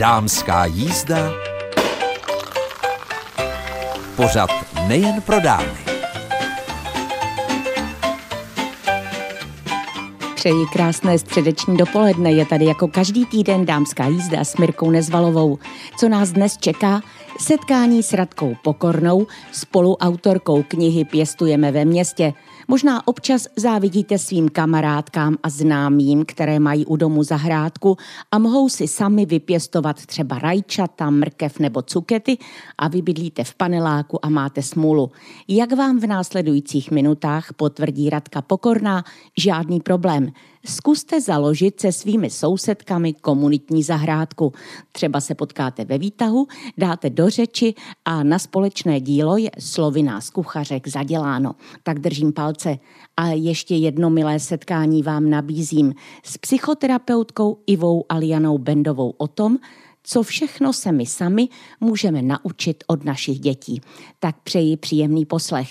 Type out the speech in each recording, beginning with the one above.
Dámská jízda. Pořad nejen pro dámy. Přeji krásné středeční dopoledne. Je tady jako každý týden Dámská jízda s Mirkou Nezvalovou. Co nás dnes čeká? Setkání s Radkou Pokornou, spoluautorkou knihy Pěstujeme ve městě. Možná občas závidíte svým kamarádkám a známým, které mají u domu zahrádku a mohou si sami vypěstovat třeba rajčata, mrkev nebo cukety a vy bydlíte v paneláku a máte smůlu. Jak vám v následujících minutách potvrdí Radka Pokorná, žádný problém. Zkuste založit se svými sousedkami komunitní zahrádku. Třeba se potkáte ve výtahu, dáte do řeči a na společné dílo je slovy nás kuchařek zaděláno. Tak držím palce. A ještě jedno milé setkání vám nabízím s psychoterapeutkou Ivou Alianou Bendovou o tom, co všechno se my sami můžeme naučit od našich dětí. Tak přeji příjemný poslech.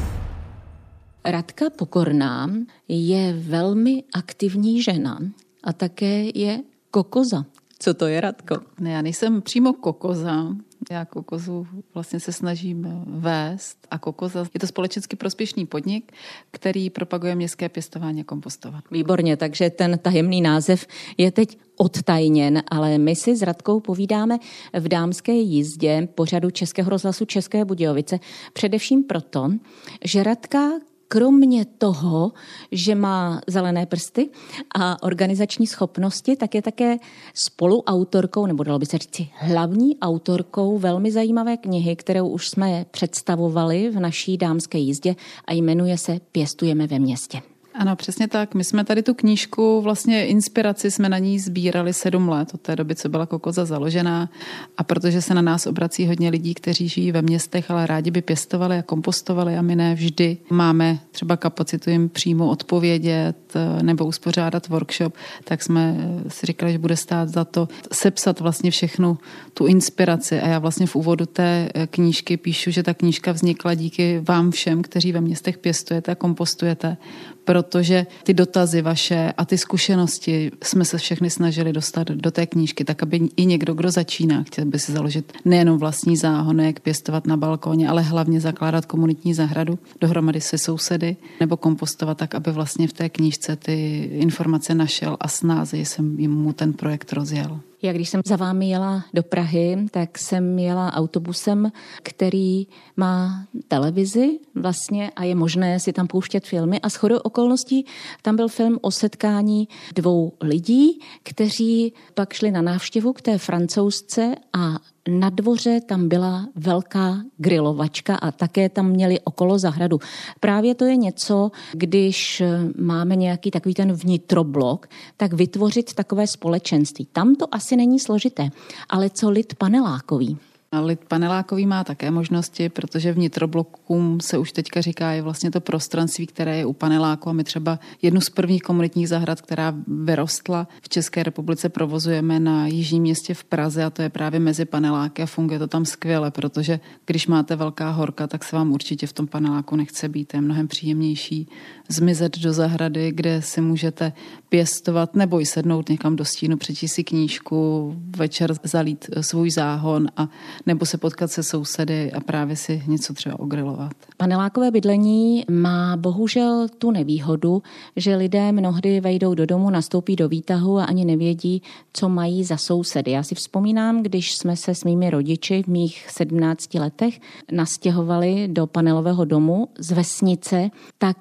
Radka Pokorná je velmi aktivní žena a také je kokoza. Co to je, Radko? Ne, já nejsem přímo kokoza. Já kokozu vlastně se snažím vést a kokoza je to společensky prospěšný podnik, který propaguje městské pěstování a kompostování. Výborně, takže ten tajemný název je teď odtajněn, ale my si s Radkou povídáme v Dámské jízdě pořadu Českého rozhlasu České Budějovice především proto, že Radka kromě toho, že má zelené prsty a organizační schopnosti, tak je také spoluautorkou, nebo dalo by se říci hlavní autorkou velmi zajímavé knihy, kterou už jsme představovali v naší Dámské jízdě a jmenuje se Pěstujeme ve městě. Ano, přesně tak. My jsme tady tu knížku, vlastně inspiraci jsme na ní sbírali 7 let, od té doby, co byla kokoza založená. A protože se na nás obrací hodně lidí, kteří žijí ve městech, ale rádi by pěstovali a kompostovali a my ne vždy máme třeba kapacitu jim přímo odpovědět nebo uspořádat workshop, tak jsme si říkali, že bude stát za to sepsat vlastně všechnu tu inspiraci. A já vlastně v úvodu té knížky píšu, že ta knížka vznikla díky vám všem, kteří ve městech pěstujete a kompostujete, protože ty dotazy vaše a ty zkušenosti jsme se všechny snažili dostat do té knížky, tak aby i někdo, kdo začíná, chtěl by si založit nejenom vlastní záhonek, pěstovat na balkóně, ale hlavně zakládat komunitní zahradu dohromady se sousedy nebo kompostovat tak, aby vlastně v té knížce ty informace našel a snáze jsem mu ten projekt rozjel. Já když jsem za vámi jela do Prahy, tak jsem jela autobusem, který má televizi vlastně a je možné si tam pouštět filmy. A shodou okolností tam byl film o setkání 2 lidí, kteří pak šli na návštěvu k té Francouzce a na dvoře tam byla velká grilovačka a také tam měli okolo zahradu. Právě to je něco, když máme nějaký takový ten vnitroblok, tak vytvořit takové společenství. Tam to asi není složité, ale co lid panelákový? Lid panelákový má také možnosti, protože vnitroblokům se už teďka říká je vlastně to prostranství, které je u paneláku a my třeba jednu z prvních komunitních zahrad, která vyrostla v České republice, provozujeme na Jižním Městě v Praze a to je právě mezi paneláky a funguje to tam skvěle, protože když máte velká horka, tak se vám určitě v tom paneláku nechce být. Je mnohem příjemnější zmizet do zahrady, kde si můžete pěstovat nebo i sednout někam do stínu, přečíst si knížku, večer zalít svůj záhon a nebo se potkat se sousedy a právě si něco třeba ogrilovat. Panelákové bydlení má bohužel tu nevýhodu, že lidé mnohdy vejdou do domu, nastoupí do výtahu a ani nevědí, co mají za sousedy. Já si vzpomínám, když jsme se s mými rodiči v mých 17 letech nastěhovali do panelového domu z vesnice, tak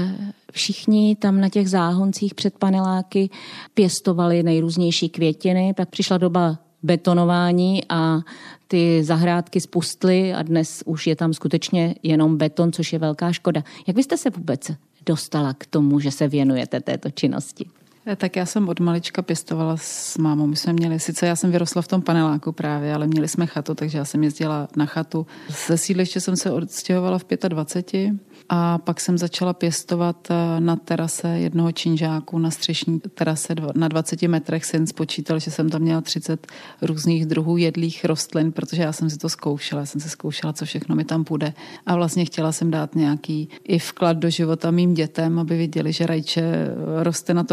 všichni tam na těch záhoncích před paneláky pěstovali nejrůznější květiny, pak přišla doba betonování a ty zahrádky spustly a dnes už je tam skutečně jenom beton, což je velká škoda. Jak byste se vůbec dostala k tomu, že se věnujete této činnosti? Tak já jsem od malička pěstovala s mámou. My jsme měli, sice já jsem vyrostla v tom paneláku právě, ale měli jsme chatu, takže já jsem jezdila na chatu. Ze sídliště jsem se odstěhovala v 25 a pak jsem začala pěstovat na terase jednoho činžáku, na střešní terase na 20 metrech. Syn spočítal, že jsem tam měla 30 různých druhů jedlých rostlin, protože já jsem si to zkoušela. Já jsem si zkoušela, co všechno mi tam půjde. A vlastně chtěla jsem dát nějaký i vklad do života mým dětem, aby viděli, že rajče roste na tom keří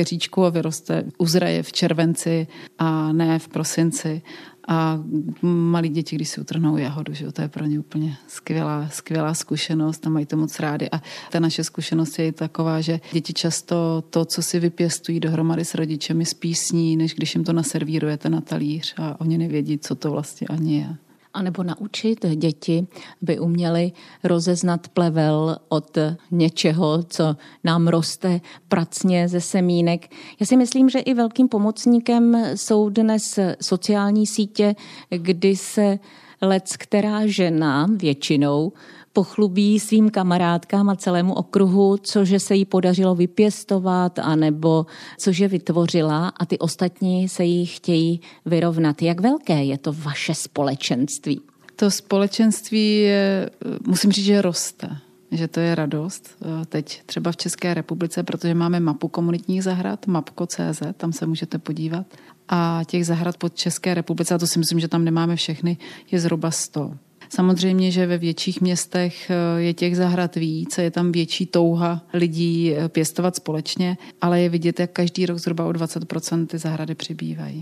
koříčku a vyroste, uzraje v červenci a ne v prosinci. A malí děti, když si utrhnou jahodu, že to je pro ně úplně skvělá zkušenost a mají to moc rádi. A ta naše zkušenost je taková, že děti často to, co si vypěstují dohromady s rodičemi, spíš sní, než když jim to naservírujete na talíř a oni nevědí, co to vlastně ani je. A nebo naučit děti, aby uměli rozeznat plevel od něčeho, co nám roste pracně ze semínek. Já si myslím, že i velkým pomocníkem jsou dnes sociální sítě, kdy se leckterá žena většinou pochlubí svým kamarádkám a celému okruhu, cože se jí podařilo vypěstovat, anebo cože vytvořila a ty ostatní se jí chtějí vyrovnat. Jak velké je to vaše společenství? To společenství je, musím říct, že roste. Že to je radost. Teď třeba v České republice, protože máme mapu komunitních zahrad, mapko.cz, tam se můžete podívat. A těch zahrad pod České republice, a to si myslím, že tam nemáme všechny, je zhruba 100. Samozřejmě, že ve větších městech je těch zahrad víc, je tam větší touha lidí pěstovat společně, ale je vidět, jak každý rok zhruba o 20% ty zahrady přibývají.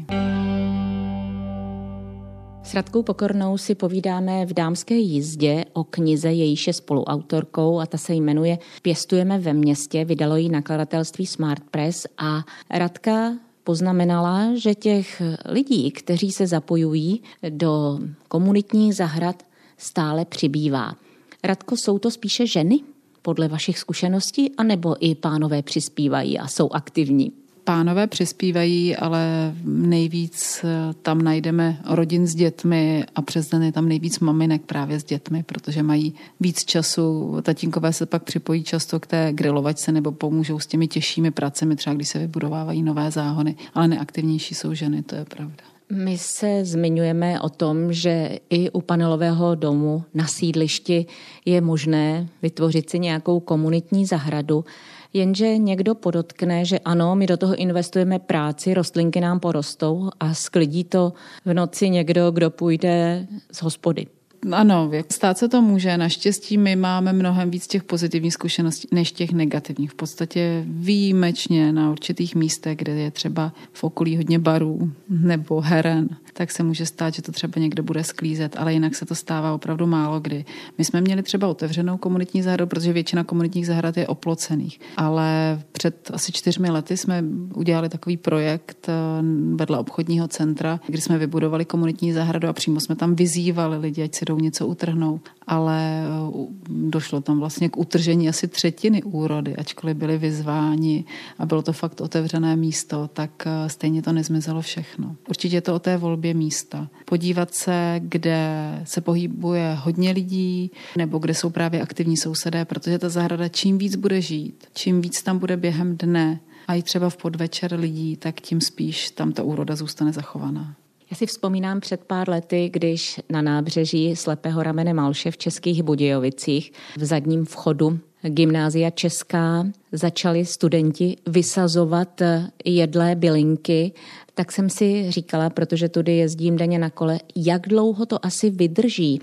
S Radkou Pokornou si povídáme v Dámské jízdě o knize, jejíž je spoluautorkou a ta se jmenuje Pěstujeme ve městě, vydalo ji nakladatelství Smart Press a Radka poznamenala, že těch lidí, kteří se zapojují do komunitních zahrad, stále přibývá. Radko, jsou to spíše ženy podle vašich zkušeností, anebo i pánové přispívají a jsou aktivní? Pánové přispívají, ale nejvíc tam najdeme rodin s dětmi a přes den je tam nejvíc maminek právě s dětmi, protože mají víc času. Tatínkové se pak připojí často k té grilovačce nebo pomůžou s těmi těžšími pracemi, třeba když se vybudovávají nové záhony, ale neaktivnější jsou ženy, to je pravda. My se zmiňujeme o tom, že i u panelového domu na sídlišti je možné vytvořit si nějakou komunitní zahradu, jenže někdo podotkne, že ano, my do toho investujeme práci, rostlinky nám porostou a sklidí to v noci někdo, kdo půjde z hospody. Ano, stát se to může. Naštěstí my máme mnohem víc těch pozitivních zkušeností než těch negativních. V podstatě výjimečně na určitých místech, kde je třeba v okolí hodně barů nebo heren, tak se může stát, že to třeba někdo bude sklízet, ale jinak se to stává opravdu málo kdy. My jsme měli třeba otevřenou komunitní zahradu, protože většina komunitních zahrad je oplocených, ale před asi 4 lety jsme udělali takový projekt vedle obchodního centra, kdy jsme vybudovali komunitní zahradu a přímo jsme tam vyzývali lidi, ať si jdou něco utrhnout, ale došlo tam vlastně k utržení asi 1/3 úrody, ačkoliv byli vyzváni a bylo to fakt otevřené místo, tak stejně to nezmizelo všechno. Určitě je to o té volbě místa. Podívat se, kde se pohybuje hodně lidí nebo kde jsou právě aktivní sousedé, protože ta zahrada čím víc bude žít, čím víc tam bude během dne a i třeba v podvečer lidí, tak tím spíš tam ta úroda zůstane zachovaná. Já si vzpomínám před pár lety, když na nábřeží Slepého ramene Malše v Českých Budějovicích v zadním vchodu Gymnázia Česká začali studenti vysazovat jedlé bylinky, tak jsem si říkala, protože tudy jezdím denně na kole, jak dlouho to asi vydrží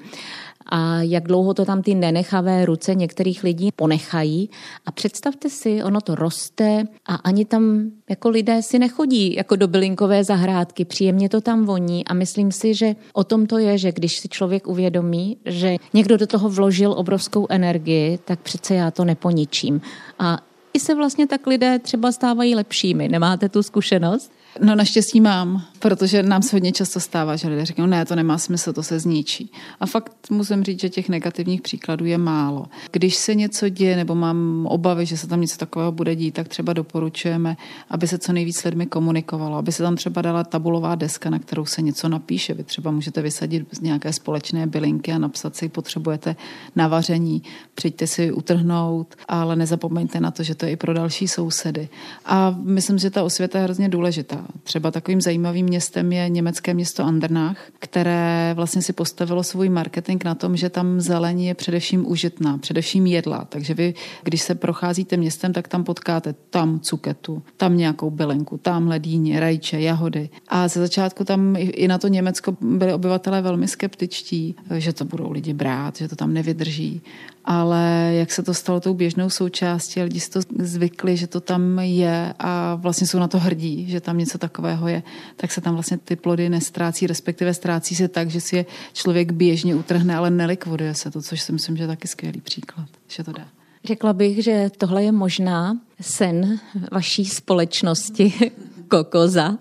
a jak dlouho to tam ty nenechavé ruce některých lidí ponechají. A představte si, ono to roste a ani tam jako lidé si nechodí jako do bylinkové zahrádky. Příjemně to tam voní a myslím si, že o tom to je, že když si člověk uvědomí, že někdo do toho vložil obrovskou energii, tak přece já to neponičím. A i se vlastně tak lidé třeba stávají lepšími. Nemáte tu zkušenost? No naštěstí mám, protože nám se hodně často stává, že lidé říkají, ne, to nemá smysl, to se zničí. A fakt musím říct, že těch negativních příkladů je málo. Když se něco děje nebo mám obavy, že se tam něco takového bude dít, tak třeba doporučujeme, aby se co nejvíc s lidmi komunikovalo, aby se tam třeba dala tabulová deska, na kterou se něco napíše. Vy třeba můžete vysadit nějaké společné bylinky a napsat si, potřebujete na vaření, přijďte si utrhnout, ale nezapomeňte na to, že to je i pro další sousedy. A myslím, že ta osvěta je hrozně důležitá. Třeba takovým zajímavým městem je německé město Andernach, které vlastně si postavilo svůj marketing na tom, že tam zelení je především užitná, především jedla. Takže vy, když se procházíte městem, tak tam potkáte tam cuketu, tam nějakou bylinku, tamhle dýně, rajče, jahody. A ze začátku tam i na to Německo byli obyvatelé velmi skeptičtí, že to budou lidi brát, že to tam nevydrží. ale jak se to stalo tou běžnou součástí, lidi si to zvykli, že to tam je a vlastně jsou na to hrdí, že tam něco takového je, tak se tam vlastně ty plody nestrácí, respektive ztrácí se tak, že si je člověk běžně utrhne, ale nelikviduje se to, což si myslím, že je taky skvělý příklad, že to dá. Řekla bych, že tohle je možná sen vaší společnosti Kokoza,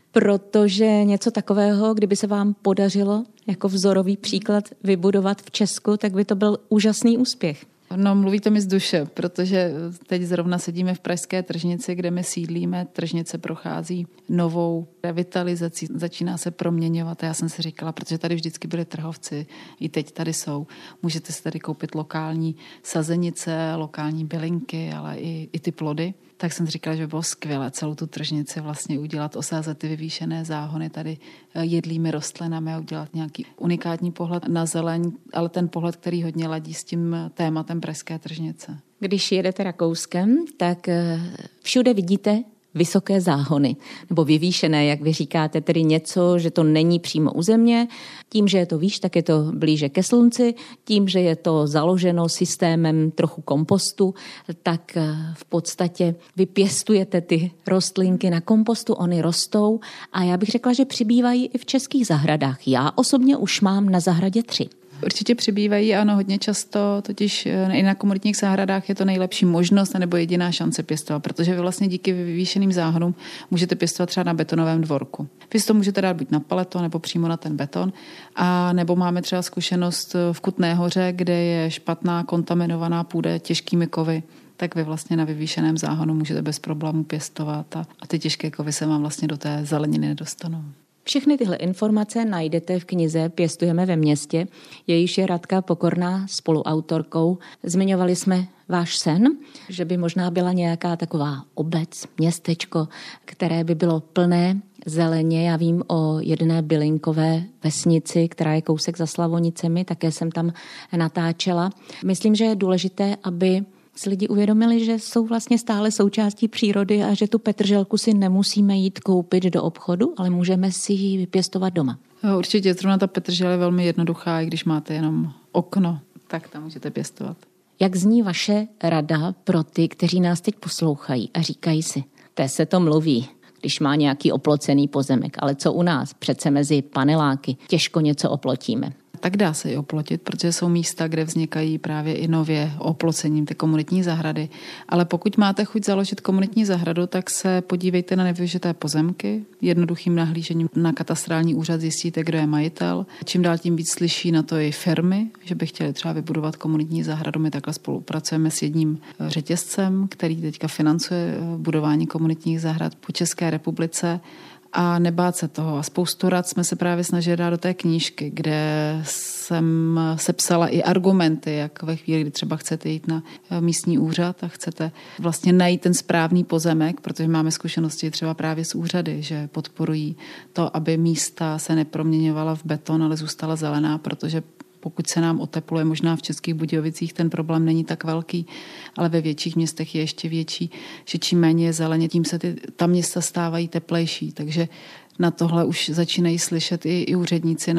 protože něco takového, kdyby se vám podařilo jako vzorový příklad vybudovat v Česku, tak by to byl úžasný úspěch. No, mluvíte mi z duše, protože teď zrovna sedíme v pražské tržnici, kde my sídlíme. Tržnice prochází novou revitalizací, začíná se proměňovat. A já jsem si říkala, protože tady vždycky byli trhovci, i teď tady jsou. Můžete si tady koupit lokální sazenice, lokální bylinky, ale i ty plody. Tak jsem si říkala, že by bylo skvělé celou tu tržnici vlastně udělat, osázet ty vyvýšené záhony tady jedlými rostlinami a udělat nějaký unikátní pohled na zeleň, ale ten pohled, který hodně ladí s tím tématem pražské tržnice. Když jedete Rakouskem, tak všude vidíte vysoké záhony, nebo vyvýšené, jak vy říkáte, tedy něco, že to není přímo u země. Tím, že je to výš, tak je to blíže ke slunci. Tím, že je to založeno systémem trochu kompostu, tak v podstatě vy pěstujete ty rostlinky na kompostu, oni rostou a já bych řekla, že přibývají i v českých zahradách. Já osobně už mám na zahradě 3. Určitě přibývají, ano, hodně často, totiž i na komunitních zahradách je to nejlepší možnost nebo jediná šance pěstovat, protože vy vlastně díky vyvýšeným záhonům můžete pěstovat třeba na betonovém dvorku. Vy si to můžete dát buď na paleto, nebo přímo na ten beton, a nebo máme třeba zkušenost v Kutné Hoře, kde je špatná kontaminovaná půda těžkými kovy, tak vy vlastně na vyvýšeném záhonu můžete bez problémů pěstovat a ty těžké kovy se vám vlastně do té zeleniny nedostanou. Všechny tyhle informace najdete v knize Pěstujeme ve městě, jejíž je Radka Pokorná spoluautorkou. Zmiňovali jsme váš sen, že by možná byla nějaká taková obec, městečko, které by bylo plné zeleně. Já vím o jedné bylinkové vesnici, která je kousek za Slavonicemi, také jsem tam natáčela. Myslím, že je důležité, aby si lidi uvědomili, že jsou vlastně stále součástí přírody a že tu petrželku si nemusíme jít koupit do obchodu, ale můžeme si ji vypěstovat doma. Určitě, zrovna ta petržel je velmi jednoduchá, i když máte jenom okno, tak tam můžete pěstovat. Jak zní vaše rada pro ty, kteří nás teď poslouchají a říkají si, té se to mluví, když má nějaký oplocený pozemek, ale co u nás? Přece mezi paneláky těžko něco oplotíme. Tak dá se i oplotit, protože jsou místa, kde vznikají právě i nově oplocením ty komunitní zahrady. Ale pokud máte chuť založit komunitní zahradu, tak se podívejte na nevyužité pozemky. Jednoduchým nahlížením na katastrální úřad zjistíte, kdo je majitel. Čím dál tím víc slyší na to i firmy, že by chtěli třeba vybudovat komunitní zahradu. My takhle spolupracujeme s jedním řetězcem, který teďka financuje budování komunitních zahrad po České republice. A nebát se toho. A spoustu rad jsme se právě snažili dát do té knížky, kde jsem sepsala i argumenty, jak ve chvíli, kdy třeba chcete jít na místní úřad a chcete vlastně najít ten správný pozemek, protože máme zkušenosti třeba právě z úřady, že podporují to, aby místa se neproměňovala v beton, ale zůstala zelená, protože pokud se nám otepluje, možná v Českých Budějovicích ten problém není tak velký, ale ve větších městech je ještě větší, že čím méně je zeleně, tím se ta města stávají teplejší. Takže na tohle už začínají slyšet i úředníci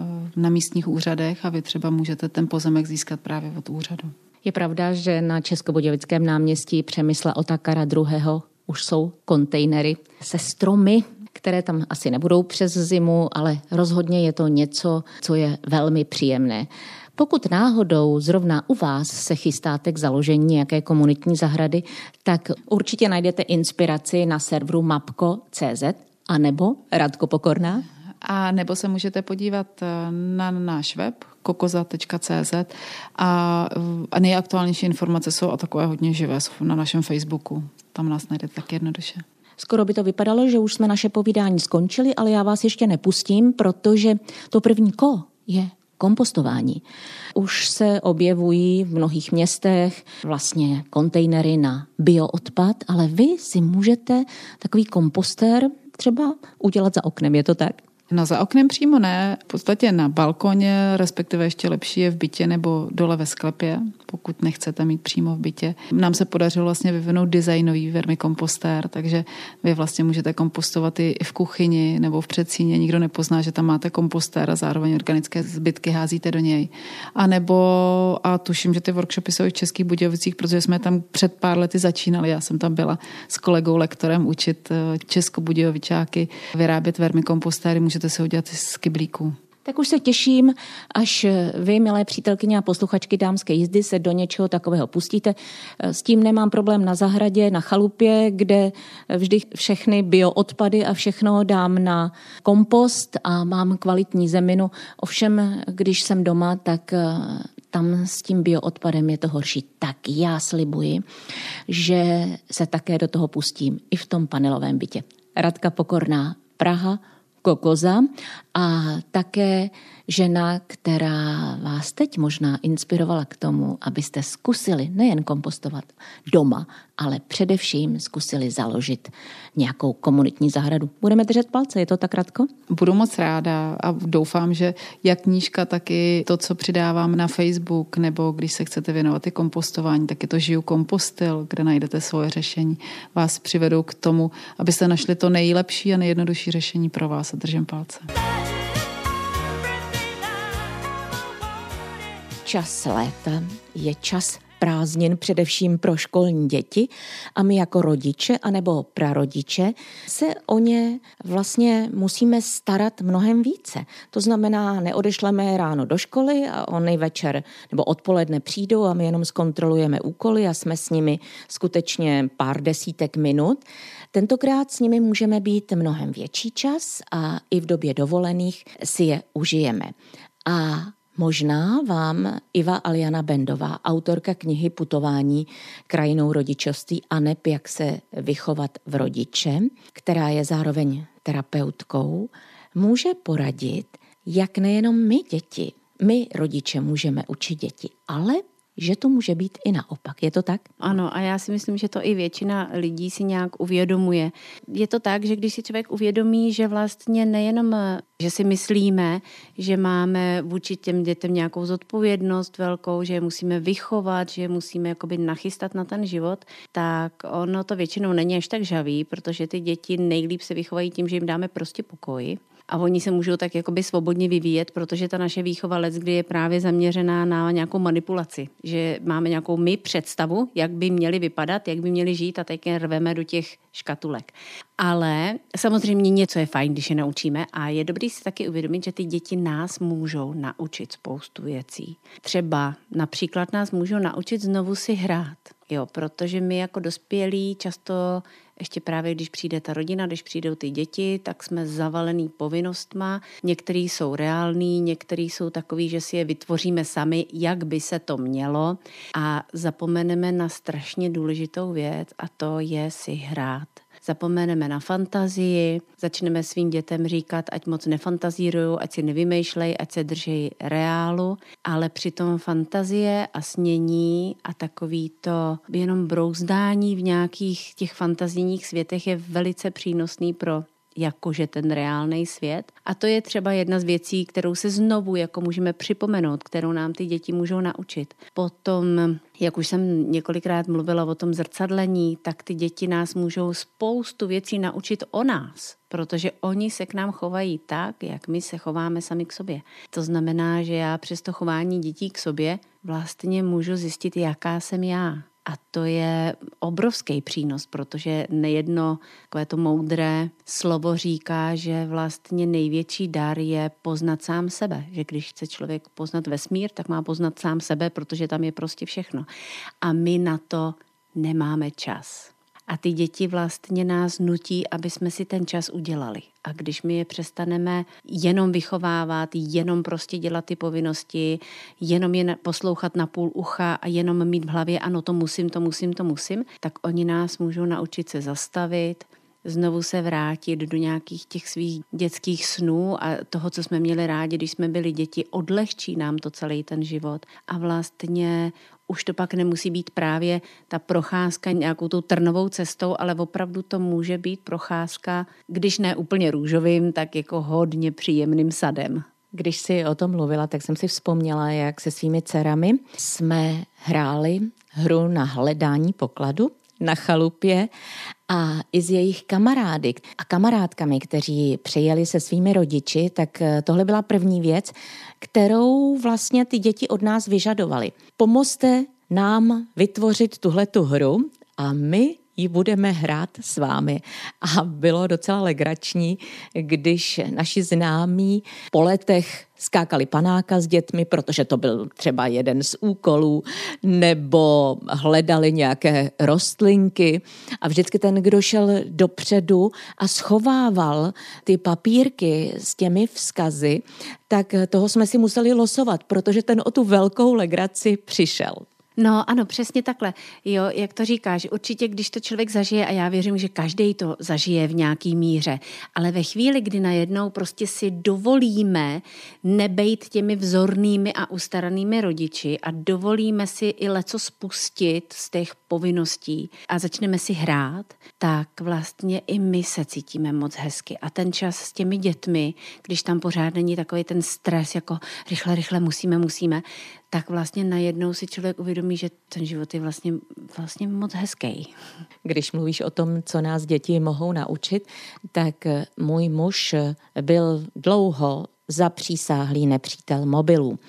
na místních úřadech a vy třeba můžete ten pozemek získat právě od úřadu. Je pravda, že na Českobudějovickém náměstí Přemysla Otakara II. Už jsou kontejnery se stromy, které tam asi nebudou přes zimu, ale rozhodně je to něco, co je velmi příjemné. Pokud náhodou zrovna u vás se chystáte k založení nějaké komunitní zahrady, tak určitě najdete inspiraci na serveru mapko.cz a nebo Radko Pokorná. A nebo se můžete podívat na náš web kokoza.cz a nejaktuálnější informace jsou a takové hodně živé na našem Facebooku. Tam nás najdete tak jednoduše. Skoro by to vypadalo, že už jsme naše povídání skončili, ale já vás ještě nepustím, protože to první ko je kompostování. Už se objevují v mnohých městech vlastně kontejnery na bioodpad, ale vy si můžete takový kompostér třeba udělat za oknem, je to tak? No za oknem přímo ne, v podstatě na balkoně, respektive ještě lepší je v bytě nebo dole ve sklepě, pokud nechcete mít přímo v bytě. Nám se podařilo vlastně vyvinout designový vermikompostér, takže vy vlastně můžete kompostovat i v kuchyni nebo v předsíně, nikdo nepozná, že tam máte kompostér a zároveň organické zbytky házíte do něj. A tuším, že ty workshopy jsou i v Českých Budějovicích, protože jsme tam před pár lety začínali, já jsem tam byla s kolegou lektorem učit českobudějovičáky vyrábět vermikompostéry, můžete se udělat z kyblíků. Tak už se těším, až vy, milé přítelkyně a posluchačky Dámské jízdy, se do něčeho takového pustíte. S tím nemám problém na zahradě, na chalupě, kde vždy všechny bioodpady a všechno dám na kompost a mám kvalitní zeminu. Ovšem, když jsem doma, tak tam s tím bioodpadem je to horší. Tak já slibuji, že se také do toho pustím i v tom panelovém bytě. Radka Pokorná, Praha, Kokoza a také žena, která vás teď možná inspirovala k tomu, abyste zkusili nejen kompostovat doma, ale především zkusili založit nějakou komunitní zahradu. Budeme držet palce, je to tak, Radko? Budu moc ráda a doufám, že jak knížka, tak i to, co přidávám na Facebook, nebo když se chcete věnovat i kompostování, tak je to Žiju kompostyl, kde najdete svoje řešení. Vás přivedou k tomu, abyste našli to nejlepší a nejjednodušší řešení pro vás a držím palce. Čas léta je čas prázdnin především pro školní děti a my jako rodiče anebo prarodiče se o ně vlastně musíme starat mnohem více. To znamená, neodešleme ráno do školy a oni večer nebo odpoledne přijdou a my jenom zkontrolujeme úkoly a jsme s nimi skutečně pár desítek minut. Tentokrát s nimi můžeme být mnohem větší čas a i v době dovolených si je užijeme. A možná vám Iva Aljana Bendová, autorka knihy Putování krajinou rodičovství a neb jak se vychovat v rodiče, která je zároveň terapeutkou, může poradit, jak nejenom my rodiče můžeme učit děti, ale že to může být i naopak. Je to tak? Ano, a já si myslím, že to i většina lidí si nějak uvědomuje. Je to tak, že když si člověk uvědomí, že vlastně nejenom, že si myslíme, že máme vůči těm dětem nějakou zodpovědnost velkou, že je musíme vychovat, že je musíme jakoby nachystat na ten život, tak ono to většinou není až tak žavý, protože ty děti nejlíp se vychovají tím, že jim dáme prostě pokoj. A oni se můžou tak jakoby svobodně vyvíjet, protože ta naše výchova leckdy je právě zaměřená na nějakou manipulaci. Že máme nějakou my představu, jak by měli vypadat, jak by měli žít a teď je rveme do těch škatulek. Ale samozřejmě něco je fajn, když je naučíme a je dobrý si taky uvědomit, že ty děti nás můžou naučit spoustu věcí. Třeba například nás můžou naučit znovu si hrát. Jo, protože my jako dospělí často ještě právě, když přijde ta rodina, když přijdou ty děti, tak jsme zavalený povinnostma. Některý jsou reální, některý jsou takový, že si je vytvoříme sami, jak by se to mělo a zapomeneme na strašně důležitou věc a to je si hrát. Zapomeneme na fantazii, začneme svým dětem říkat, ať moc nefantazírujou, ať si nevymýšlej, ať se drží reálu, ale přitom fantazie a snění a takový to jenom brouzdání v nějakých těch fantazijních světech je velice přínosný pro jakože ten reálný svět. A to je třeba jedna z věcí, kterou se znovu jako můžeme připomenout, kterou nám ty děti můžou naučit. Potom, jak už jsem několikrát mluvila o tom zrcadlení, tak ty děti nás můžou spoustu věcí naučit o nás, protože oni se k nám chovají tak, jak my se chováme sami k sobě. To znamená, že já přes to chování dětí k sobě vlastně můžu zjistit, jaká jsem já. A to je obrovský přínos, protože nejedno takové to moudré slovo říká, že vlastně největší dar je poznat sám sebe. Že když chce člověk poznat vesmír, tak má poznat sám sebe, protože tam je prostě všechno. A my na to nemáme čas. A ty děti vlastně nás nutí, aby jsme si ten čas udělali. A když my je přestaneme jenom vychovávat, jenom prostě dělat ty povinnosti, jenom je poslouchat na půl ucha a jenom mít v hlavě, ano, to musím, tak oni nás můžou naučit se zastavit, znovu se vrátit do nějakých těch svých dětských snů a toho, co jsme měli rádi, když jsme byli děti, odlehčí nám to celý ten život a vlastně už to pak nemusí být právě ta procházka nějakou tou trnovou cestou, ale opravdu to může být procházka, když ne úplně růžovým, tak jako hodně příjemným sadem. Když jsi o tom mluvila, tak jsem si vzpomněla, jak se svými dcerami jsme hráli hru na hledání pokladu na chalupě a i s jejich kamarády a kamarádkami, kteří přijeli se svými rodiči, tak tohle byla první věc, kterou vlastně ty děti od nás vyžadovaly. Pomozte nám vytvořit tuhletu hru a my ji budeme hrát s vámi. A bylo docela legrační, když naši známí po letech skákali panáka s dětmi, protože to byl třeba jeden z úkolů, nebo hledali nějaké rostlinky a vždycky ten, kdo šel dopředu a schovával ty papírky s těmi vzkazy, tak toho jsme si museli losovat, protože ten o tu velkou legraci přišel. No ano, přesně takhle. Jo, jak to říkáš, určitě, když to člověk zažije, a já věřím, že každý to zažije v nějaký míře, ale ve chvíli, kdy najednou prostě si dovolíme nebejt těmi vzornými a ustaranými rodiči a dovolíme si i leco spustit z těch povinností a začneme si hrát, tak vlastně i my se cítíme moc hezky. A ten čas s těmi dětmi, když tam pořád není takový ten stres, jako rychle musíme, tak vlastně najednou si člověk uvědomí, že ten život je vlastně moc hezký. Když mluvíš o tom, co nás děti mohou naučit, tak můj muž byl dlouho zapřísáhlý nepřítel mobilů.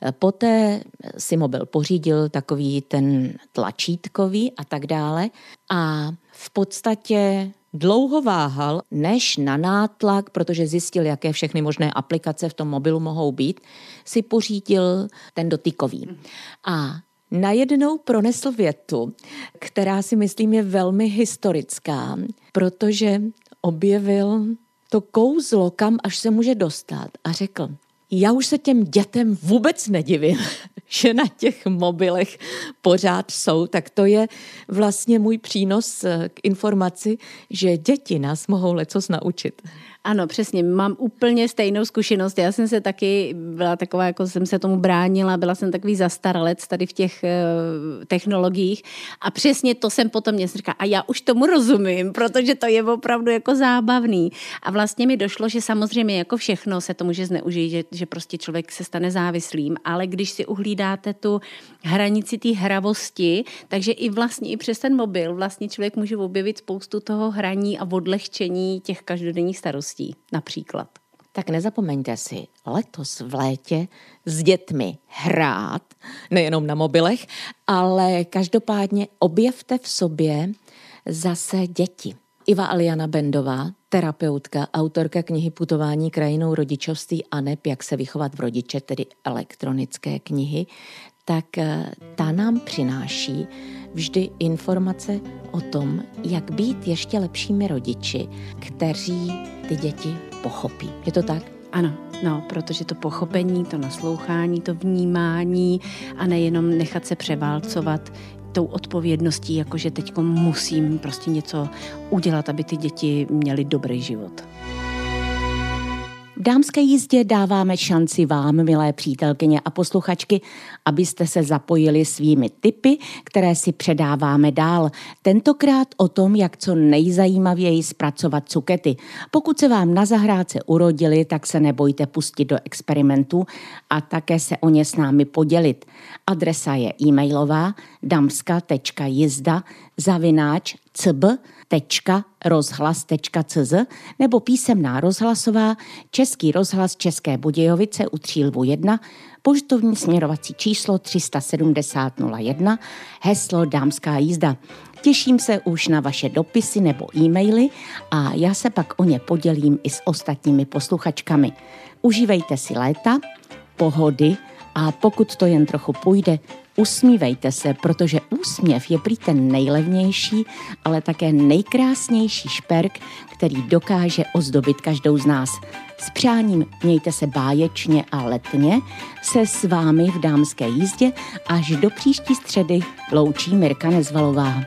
Poté si mobil pořídil takový ten tlačítkový a tak dále a v podstatě dlouho váhal, než na nátlak, protože zjistil, jaké všechny možné aplikace v tom mobilu mohou být, si pořídil ten dotykový. A najednou pronesl větu, která si myslím je velmi historická, protože objevil to kouzlo, kam až se může dostat a řekl, já už se těm dětem vůbec nedivím, že na těch mobilech pořád jsou, tak to je vlastně můj přínos k informaci, že děti nás mohou lecos naučit. Ano, přesně, mám úplně stejnou zkušenost. Já jsem se taky, byla taková, jako jsem se tomu bránila, byla jsem takový zastaralec tady v těch technologiích a přesně to jsem potom mě říkala, a já už tomu rozumím, protože to je opravdu jako zábavný. A vlastně mi došlo, že samozřejmě jako všechno se to může zneužít, že prostě člověk se stane závislým, ale když si uhlídáte tu hranici té hravosti, takže i vlastně i přes ten mobil vlastně člověk může objevit spoustu toho hraní a odlehčení těch každodenních starostí. Například. Tak nezapomeňte si letos v létě s dětmi hrát, nejenom na mobilech, ale každopádně objevte v sobě zase děti. Iva Aliana Bendová, terapeutka, autorka knihy Putování krajinou rodičovství a neb, jak se vychovat v rodiče, tedy elektronické knihy, tak ta nám přináší vždy informace o tom, jak být ještě lepšími rodiči, kteří ty děti pochopí. Je to tak? Ano, no, protože to pochopení, to naslouchání, to vnímání a nejenom nechat se převálcovat tou odpovědností, jakože teďko musím prostě něco udělat, aby ty děti měly dobrý život. V dámské jízdě dáváme šanci vám, milé přítelkyně a posluchačky, abyste se zapojili svými tipy, které si předáváme dál. Tentokrát o tom, jak co nejzajímavěji zpracovat cukety. Pokud se vám na zahrádce urodili, tak se nebojte pustit do experimentu a také se o ně s námi podělit. Adresa je e-mailová damska.jizda@cb.rozhlas.cz nebo písemná rozhlasová Český rozhlas České Budějovice u Třílvu 1, poštovní směrovací číslo 370 01, heslo Dámská jízda. Těším se už na vaše dopisy nebo e-maily a já se pak o ně podělím i s ostatními posluchačkami. Užívejte si léta, pohody a pokud to jen trochu půjde, usmívejte se, protože úsměv je prý ten nejlevnější, ale také nejkrásnější šperk, který dokáže ozdobit každou z nás. S přáním mějte se báječně a letně, se s vámi v dámské jízdě až do příští středy loučí Mirka Nezvalová.